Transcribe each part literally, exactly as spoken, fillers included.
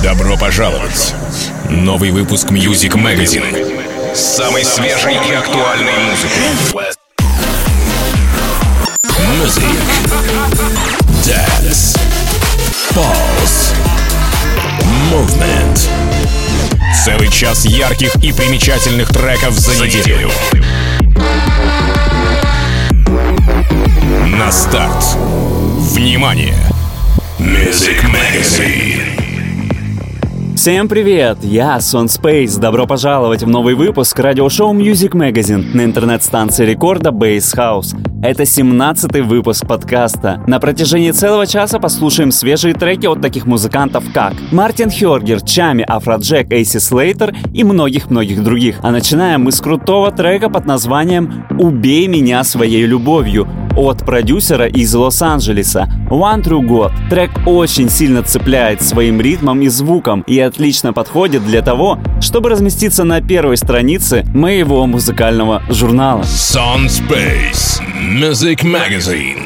Добро пожаловать! Новый выпуск Music Magazine с самой свежей и актуальной музыкой. Music, Dance, Pulse, Movement. Целый час ярких и примечательных треков за неделю. На старт. Внимание! Music Magazine. Всем привет, я Сон Спейс. Добро пожаловать в новый выпуск радиошоу Music Magazine на интернет-станции рекорда Bass House. Это семнадцатый выпуск подкаста. На протяжении целого часа послушаем свежие треки от таких музыкантов, как Мартин Хёргер, Чами, Афроджек, Эйси Слейтер и многих-многих других. А начинаем мы с крутого трека под названием «Убей меня своей любовью» от продюсера из Лос-Анджелеса One True God. Трек очень сильно цепляет своим ритмом и звуком и отлично подходит для того, чтобы разместиться на первой странице моего музыкального журнала. Сон Спейс Music Magazine.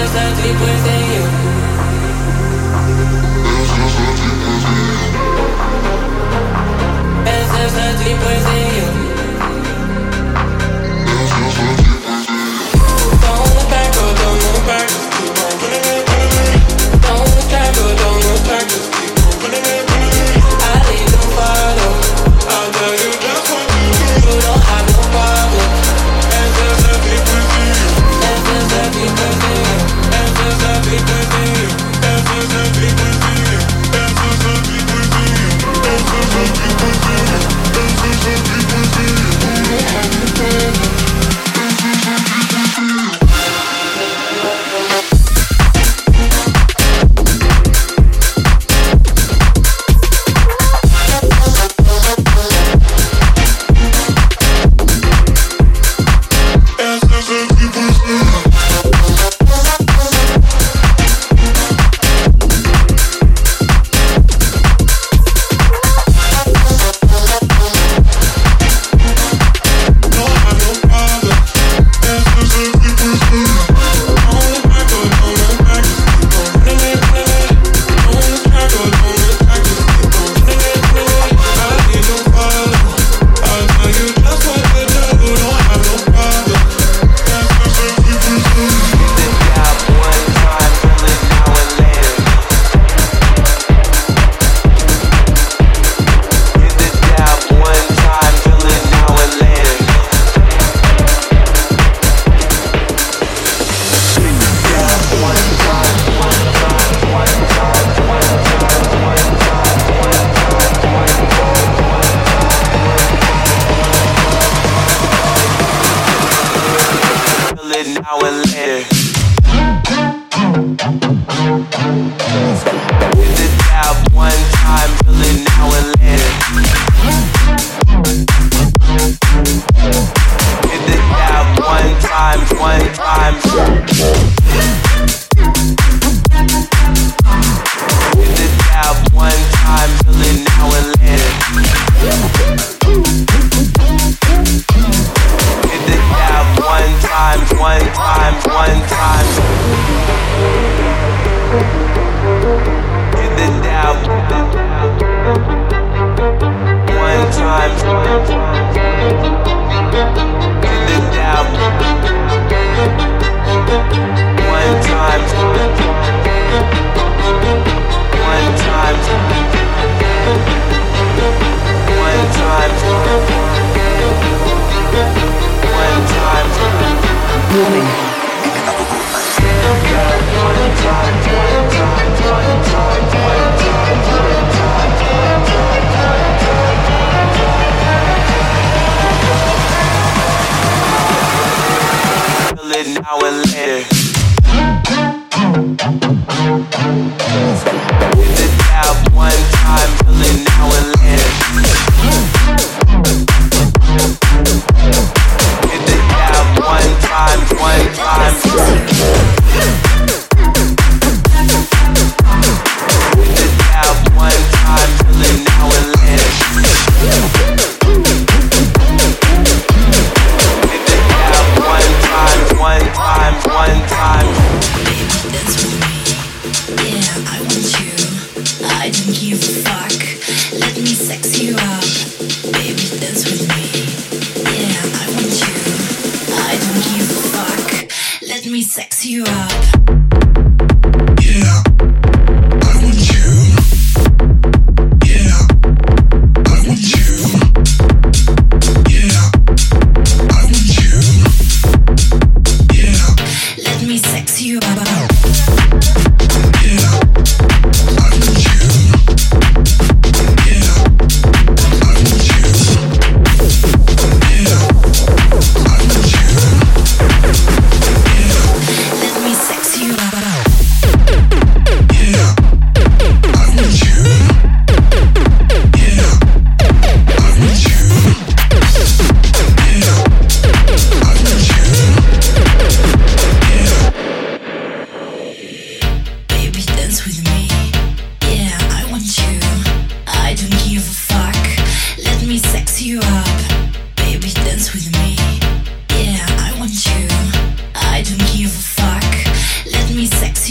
me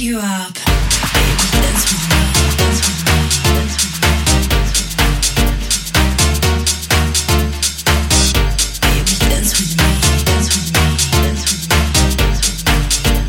you up. Baby, dance with me, dance with me, dance with me, dance with me. Baby, dance with me, dance with me, dance with me, dance with me.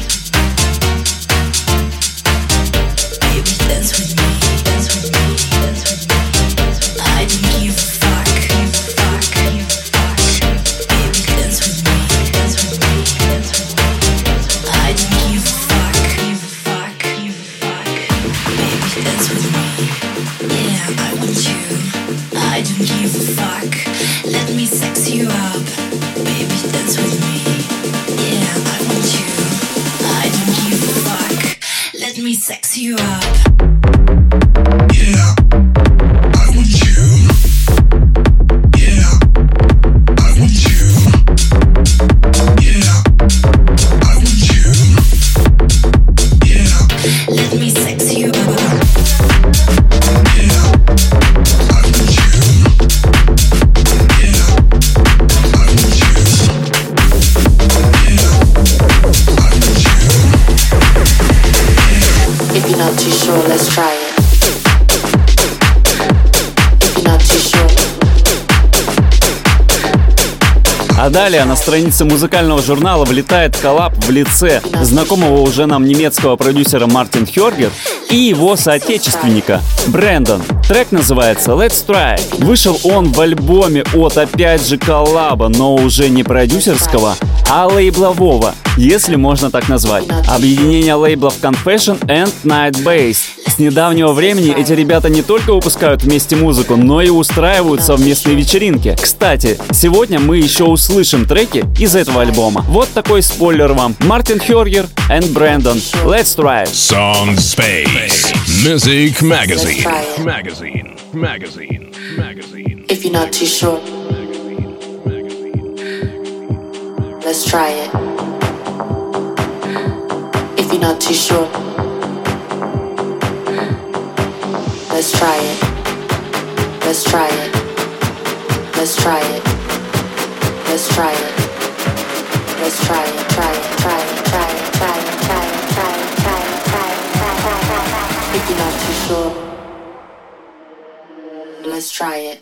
Baby, dance with me, dance with me, dance with me, dance with me. I don't give a fuck, give a fuck, give a fuck. Baby, dance with me, dance with me, dance with me. I don't give a fuck, give a fuck, give a fuck. Baby, dance with me. Yeah, I want you. I don't give a fuck. Let me sex you up. Baby, dance with me. Yeah, I want you. I don't give a fuck. Let me sex you up. Yeah, I want you. Yeah, I want you. Yeah, I want you. Yeah, Let me sex you up. yeah, I want you. Yeah, I want you. Yeah, I want you. If you're not too sure, let's try it. If you're not too sure. А далее на странице музыкального журнала влетает коллаб в лице знакомого уже нам немецкого продюсера Мартин Хёргер и его соотечественника Брэндон. Трек называется Let's Try. Вышел он в альбоме от опять же коллаба, но уже не продюсерского, а лейблового, если можно так назвать. Объединение лейблов Confession and Night Bass. С недавнего времени эти ребята не только выпускают вместе музыку, но и устраивают совместные вечеринки. Кстати, сегодня мы еще услышим треки из этого альбома. Вот такой спойлер вам. Мартин Хёргер and Брэндон. Let's Try. Sound Space Music Magazine. Try it. Magazine. Magazine. Magazine. If you're not too sure, let's try it. If you're not too sure, let's try it. Let's try it. Let's try it. Let's try it. Let's try it. Try it. Try it. Try it. Try it. Try it. Try it. Try it. Try it. Try it. If you're not too sure, let's try it.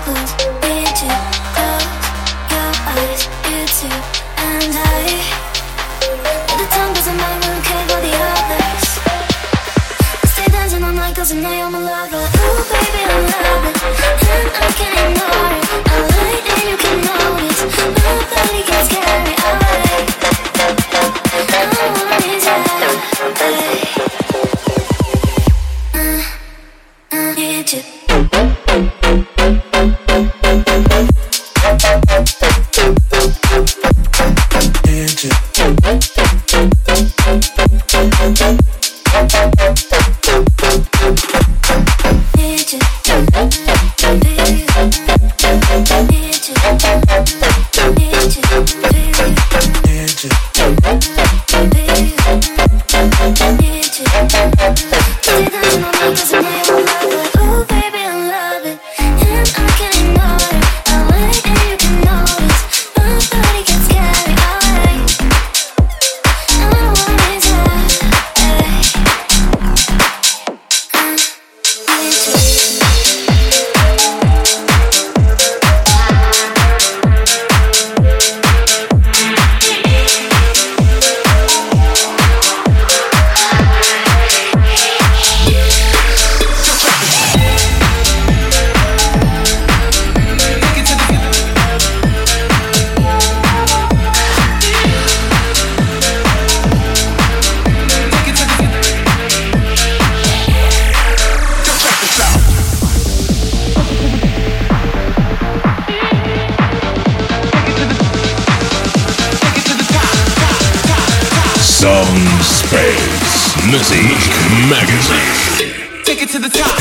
Space Music Magazine. Take it to the top.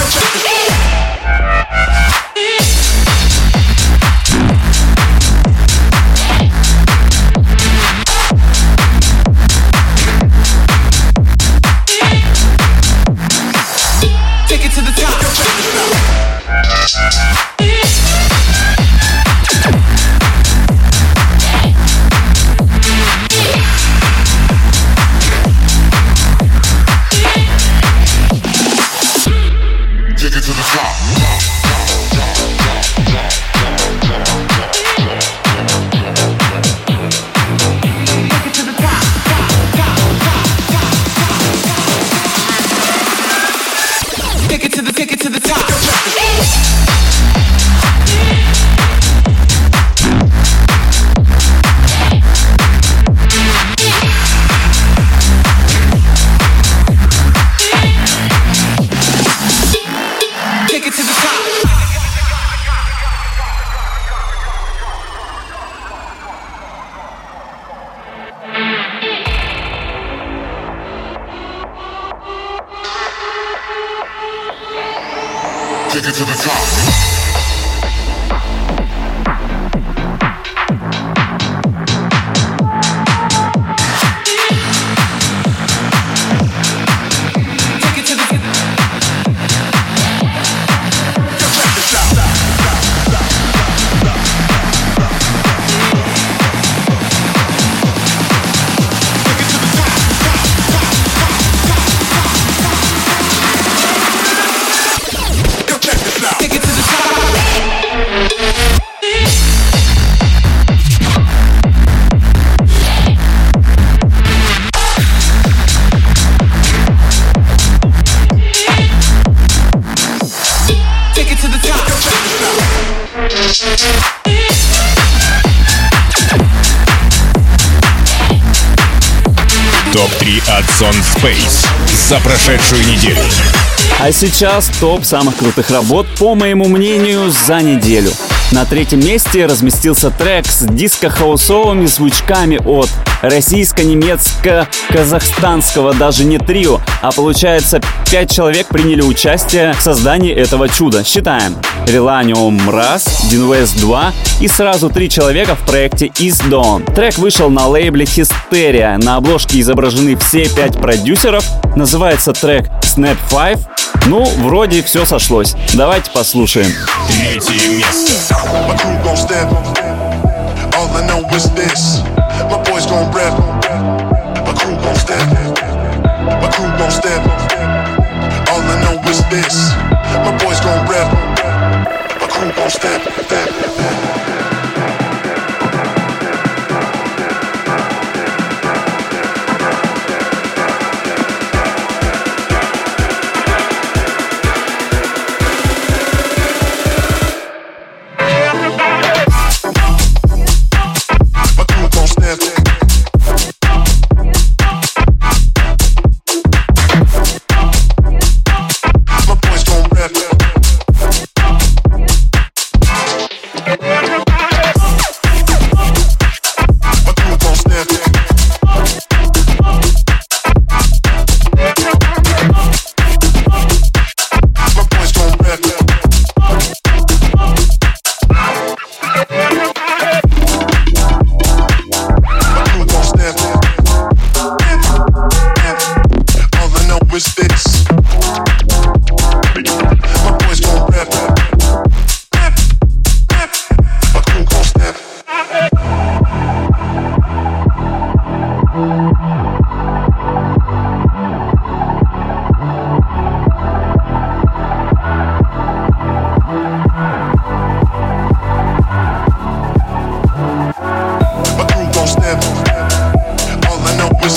Take it to the top. Take it to the top. топ три от Zone Space за прошедшую неделю. А сейчас топ самых крутых работ, по моему мнению, за неделю. На третьем месте разместился трек с диско-хаусовыми звучками от российско-немецко-казахстанского, даже не трио, а получается пять человек приняли участие в создании этого чуда. Считаем: Relanium раз, Dinvest два и сразу три человека в проекте Is Dawn. Трек вышел на лейбле Hysteria. На обложке изображены все пять продюсеров. Называется трек Snap пять. Ну, вроде все сошлось. Давайте послушаем. Третье место. My crew gon' step. All I know is this. My boys gon' rep. My crew gon' step. My crew gon' step. All I know is this. My boys gon' rep. My crew gon' step.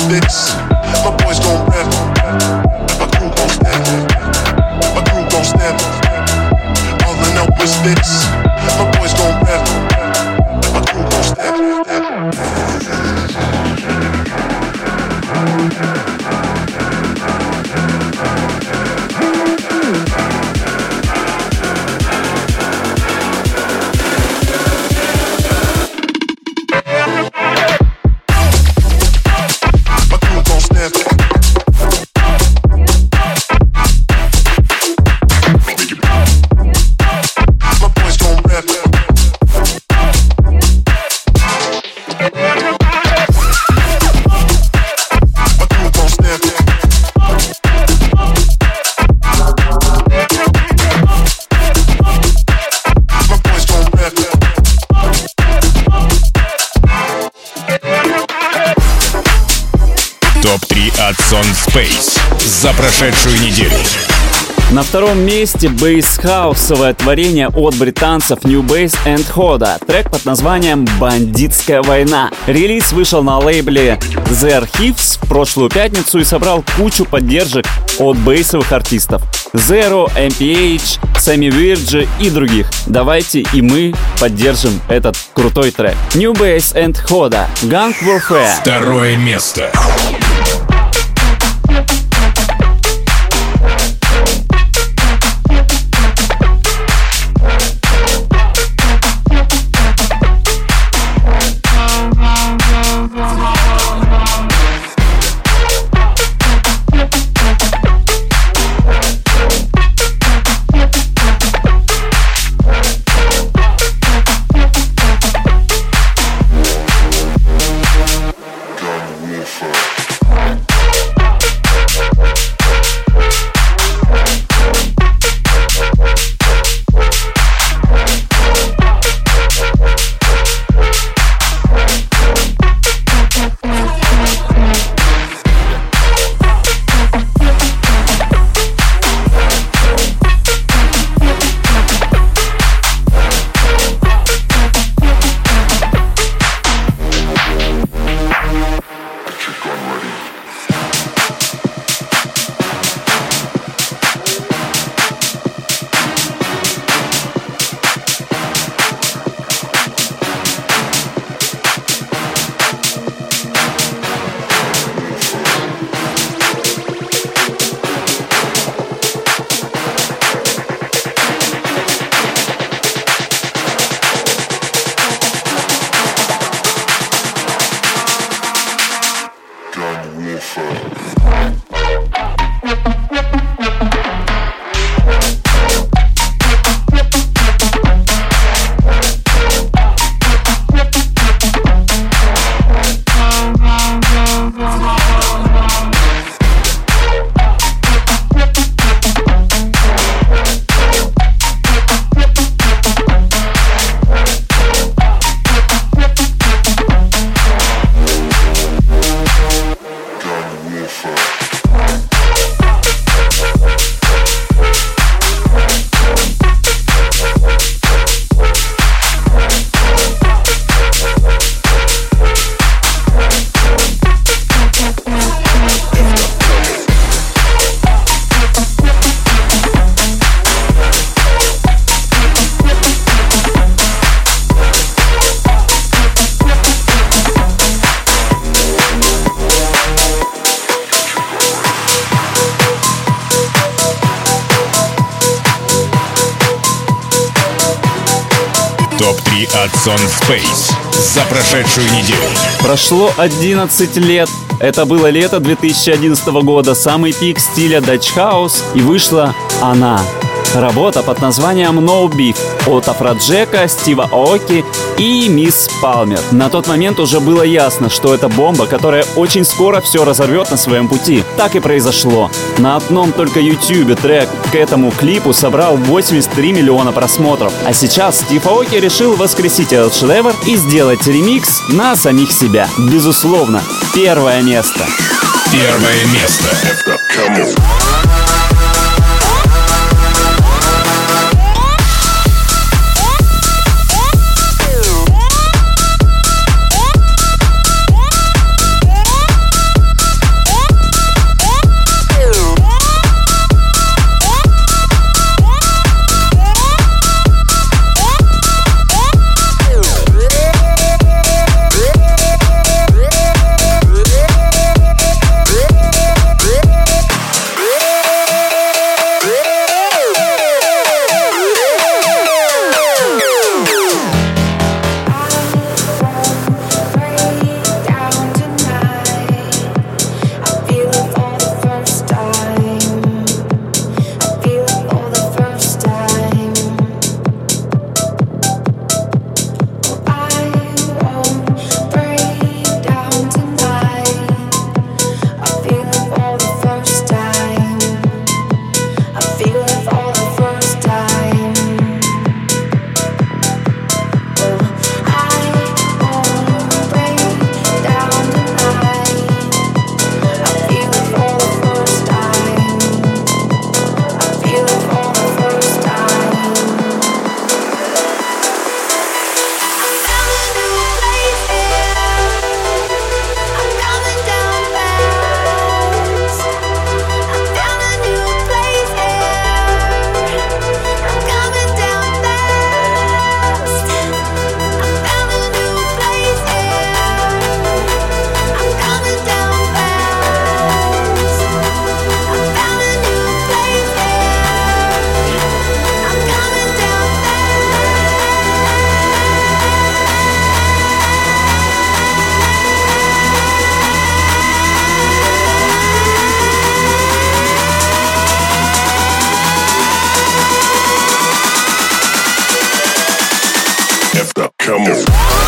this? My boys gon' rap. My crew gon' step. My crew gon' step. All I know is this. My boys gon' rap. My crew gon' step. топ три от Son Space за прошедшую неделю. На втором месте бейс-хаусовое творение от британцев New Bass and Hoda. Трек под названием «Бандитская война». Релиз вышел на лейбле The Archives в прошлую пятницу и собрал кучу поддержек от бейсовых артистов Zero, эм пи эйч, Sammy Virji и других. Давайте и мы поддержим этот крутой трек. New Bass and Hoda, Gang Warfare. Второе место. топ три от Son Space за прошедшую неделю. Прошло одиннадцать лет. Это было лето две тысячи одиннадцатого года, самый пик стиля Dutch House, и вышла она. Работа под названием No Beef от Афроджека, Стива Аоки и Мисс Палмер. На тот момент уже было ясно, что это бомба, которая очень скоро все разорвет на своем пути. Так и произошло. На одном только ютубе трек к этому клипу собрал восемьдесят три миллиона просмотров. А сейчас Стив Аоки решил воскресить этот шедевр и сделать ремикс на самих себя. Безусловно, первое место. Первое место. stop. Come on.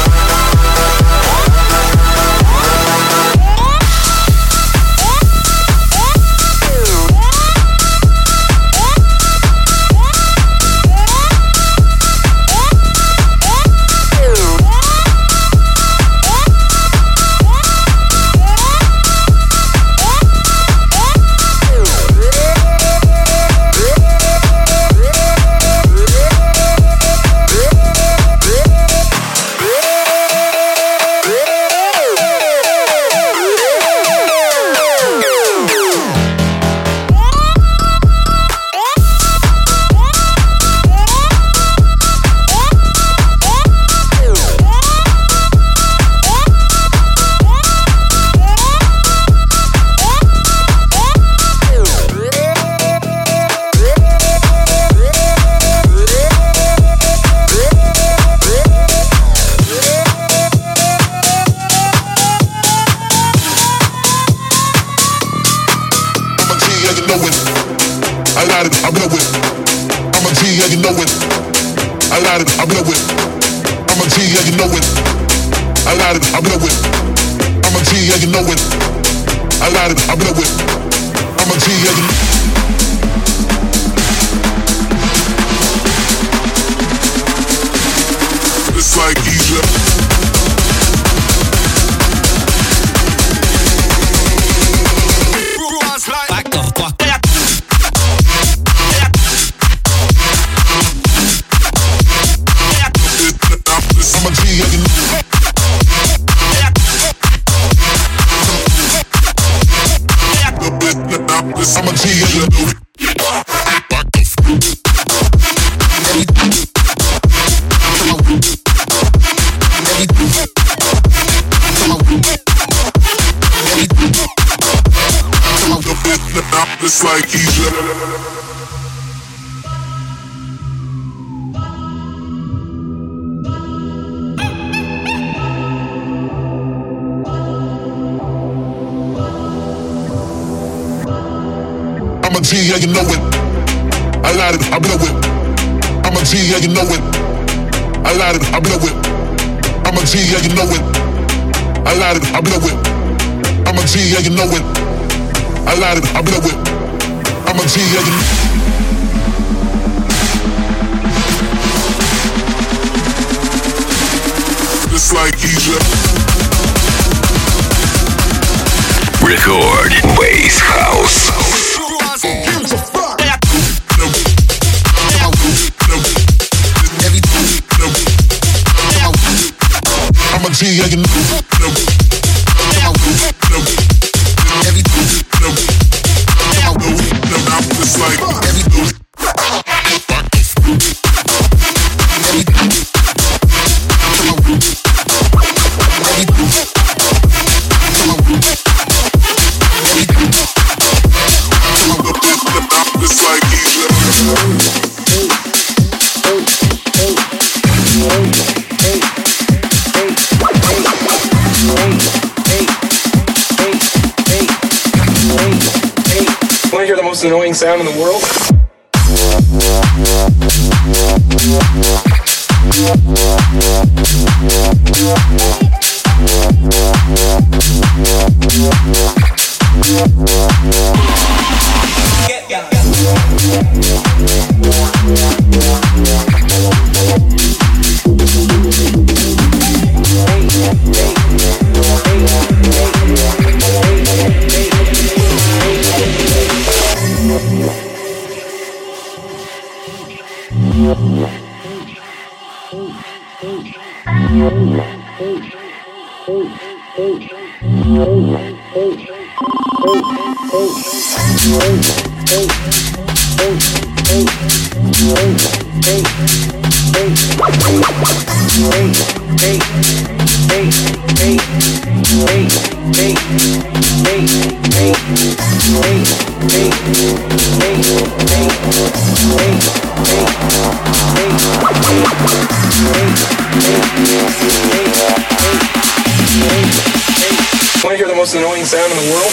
It's like Egypt. I'm a G, yeah, you know it. I light it, I blow it. I'm a G, yeah, you know it. I light it, I blow it. I'm a G, yeah, you know it. I light it, I blow it. I'm a G, yeah, you know it. I light it, I blow it. I'm a G, yeah, you know it. It's like Egypt. Record Bass House. I'm a G, yeah, you know. No. No. No. Everything. No. No. No. I'm just like everything. It's like Egypt. Want to hear the most annoying sound in the world? Want to hear the most annoying sound in the world?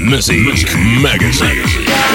Music Magazine.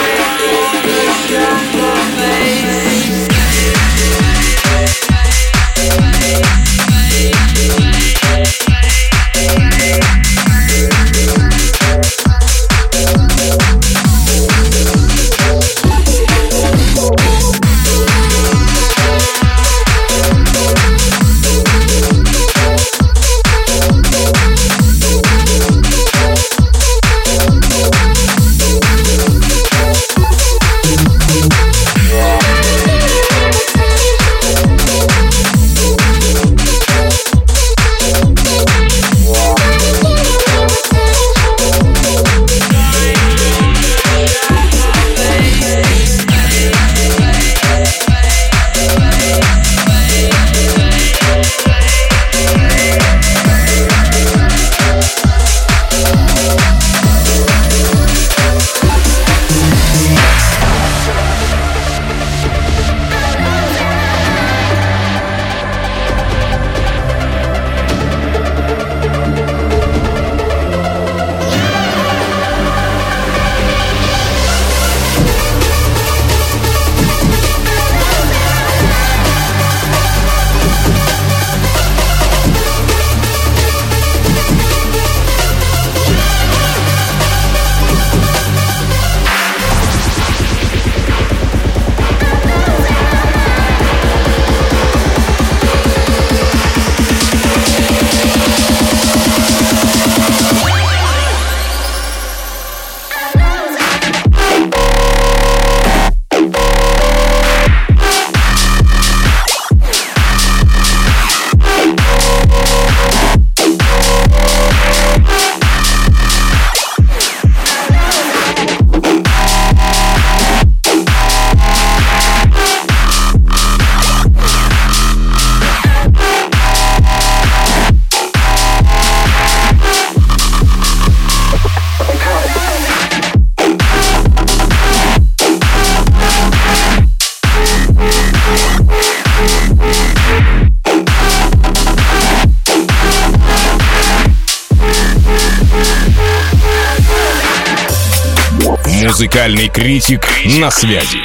Музыкальный критик на связи.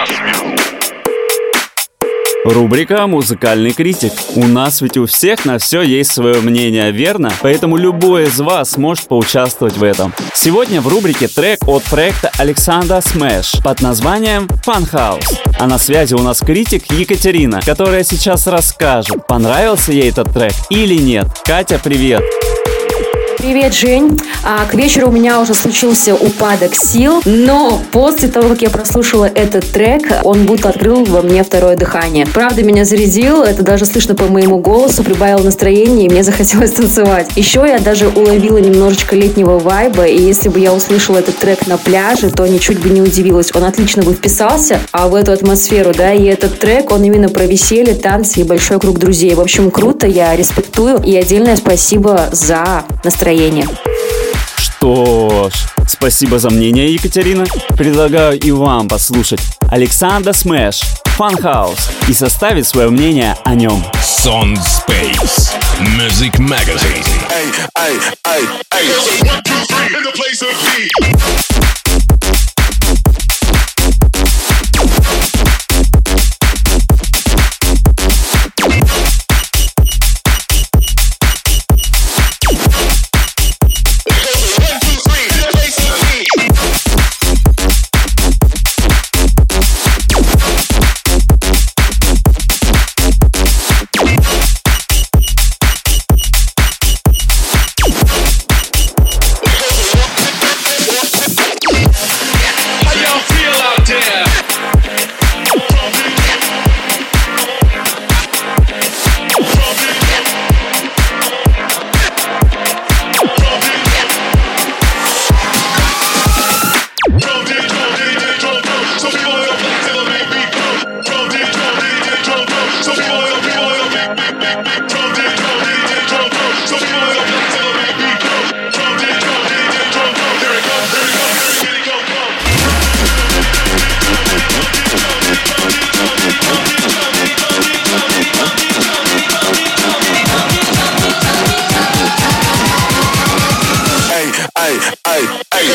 Рубрика «Музыкальный критик». У нас ведь у всех на все есть свое мнение, верно? Поэтому любой из вас может поучаствовать в этом. Сегодня в рубрике трек от проекта Alexander Smash под названием Fun House. А на связи у нас критик Екатерина, которая сейчас расскажет, понравился ей этот трек или нет. Катя, привет! Привет, Жень. А, к вечеру у меня уже случился упадок сил, но после того, как я прослушала этот трек, он будто открыл во мне второе дыхание. Правда, меня зарядил, это даже слышно по моему голосу, прибавило настроение, и мне захотелось танцевать. Еще я даже уловила немножечко летнего вайба, и если бы я услышала этот трек на пляже, то ничуть бы не удивилась. Он отлично бы вписался а в эту атмосферу, да, и этот трек, он именно про веселье, танцы и большой круг друзей. В общем, круто, я респектую, и отдельное спасибо за настроение. Что ж, спасибо за мнение, Екатерина. Предлагаю и вам послушать Alexander Smash Fun House и составить свое мнение о нем. Sound Space Music Magazine. Hey, hey, hey, hey. So one, two, three, in the place of B.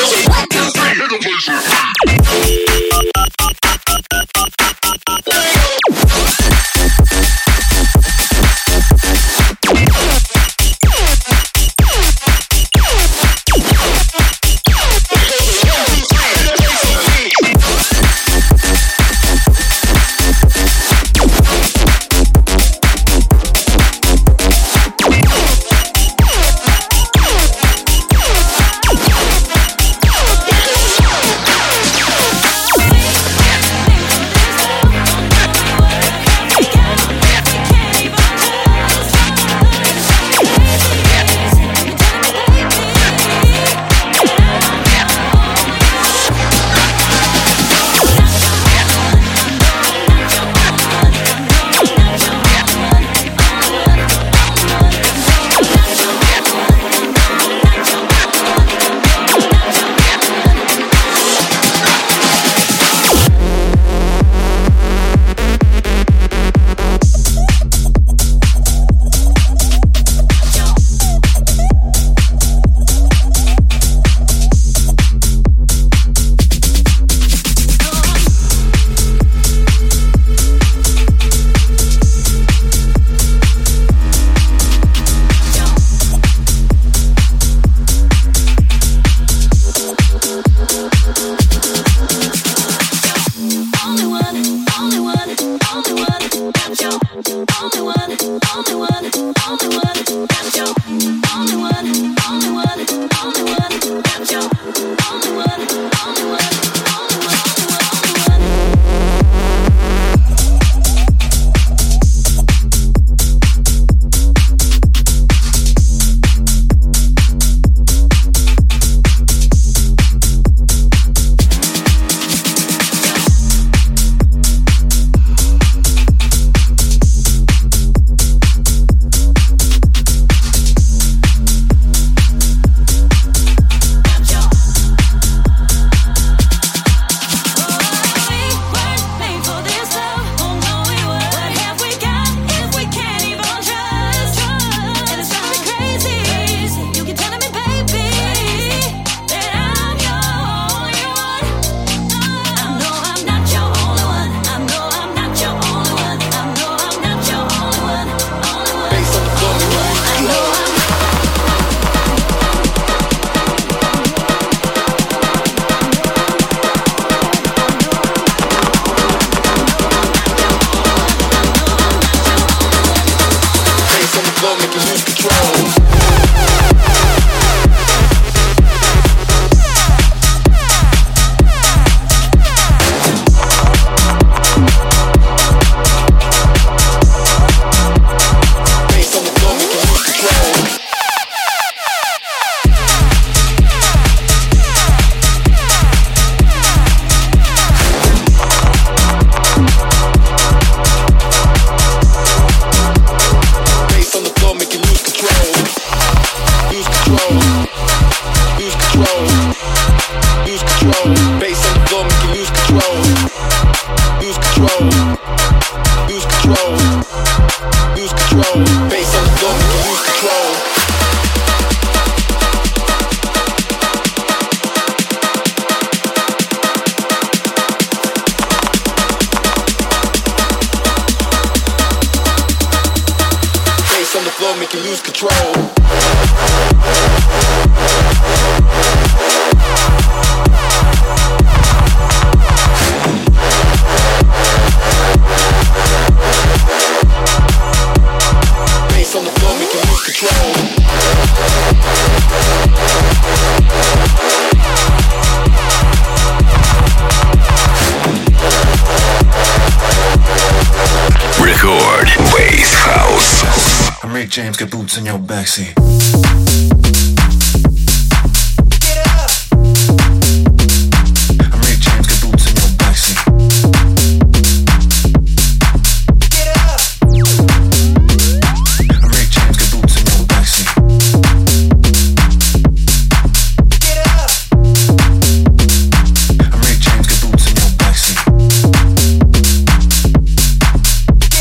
James, get boots in your backseat.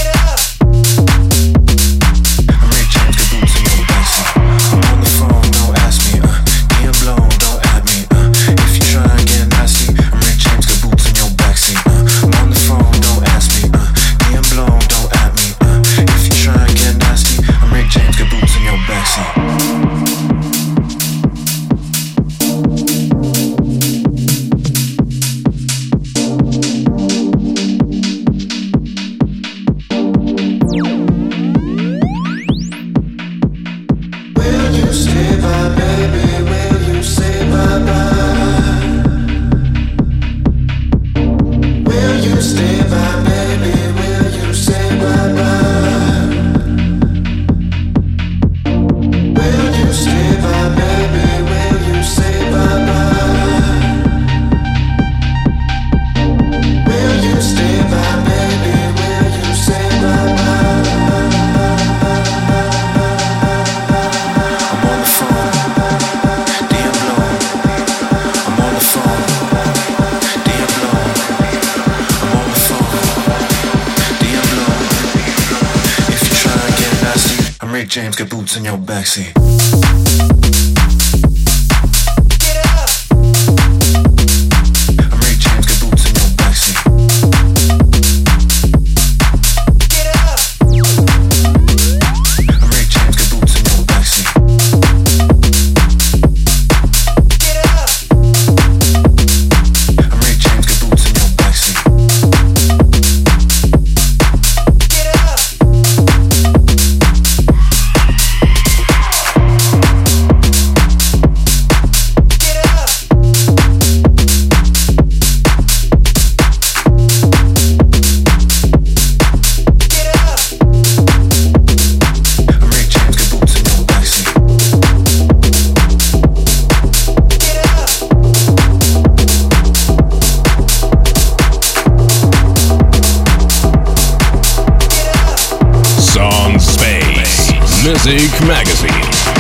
I'm on the phone, no James get boots in your backseat. Music Magazine.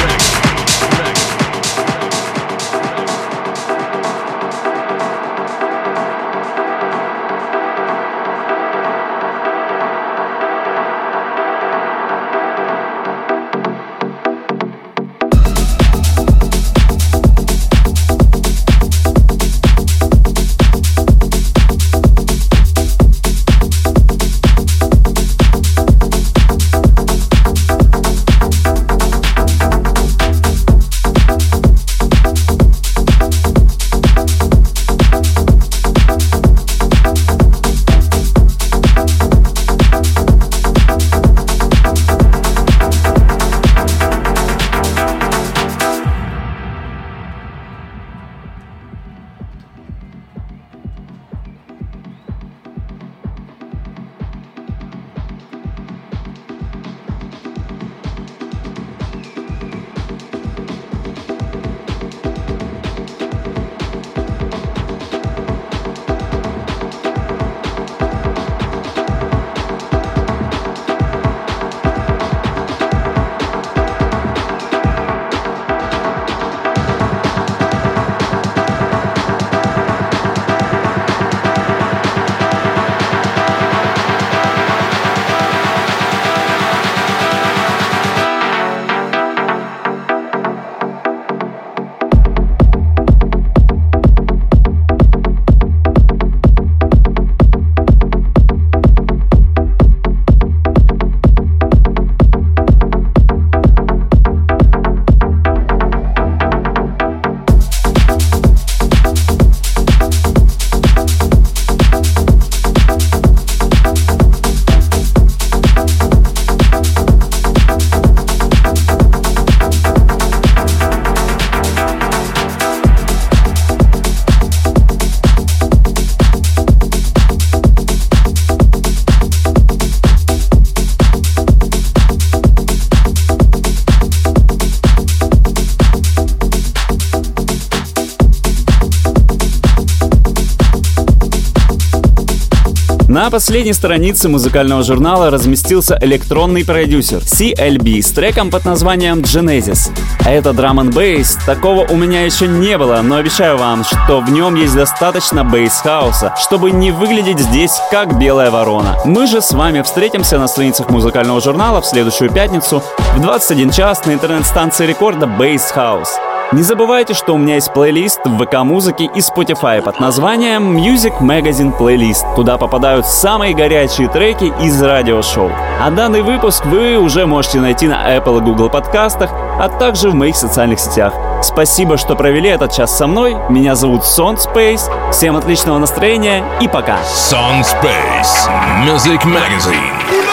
На последней странице музыкального журнала разместился электронный продюсер си эл би с треком под названием Genesis. Это драм-н-бейс, такого у меня еще не было, но обещаю вам, что в нем есть достаточно бейс-хауса, чтобы не выглядеть здесь как белая ворона. Мы же с вами встретимся на страницах музыкального журнала в следующую пятницу в двадцать один час на интернет-станции рекорда Bass House. Не забывайте, что у меня есть плейлист в ВК-музыке и Spotify под названием Music Magazine Playlist. Туда попадают самые горячие треки из радиошоу. А данный выпуск вы уже можете найти на Apple и Google подкастах, а также в моих социальных сетях. Спасибо, что провели этот час со мной. Меня зовут Сон Space. Всем отличного настроения и пока. Сон Space Music Magazine.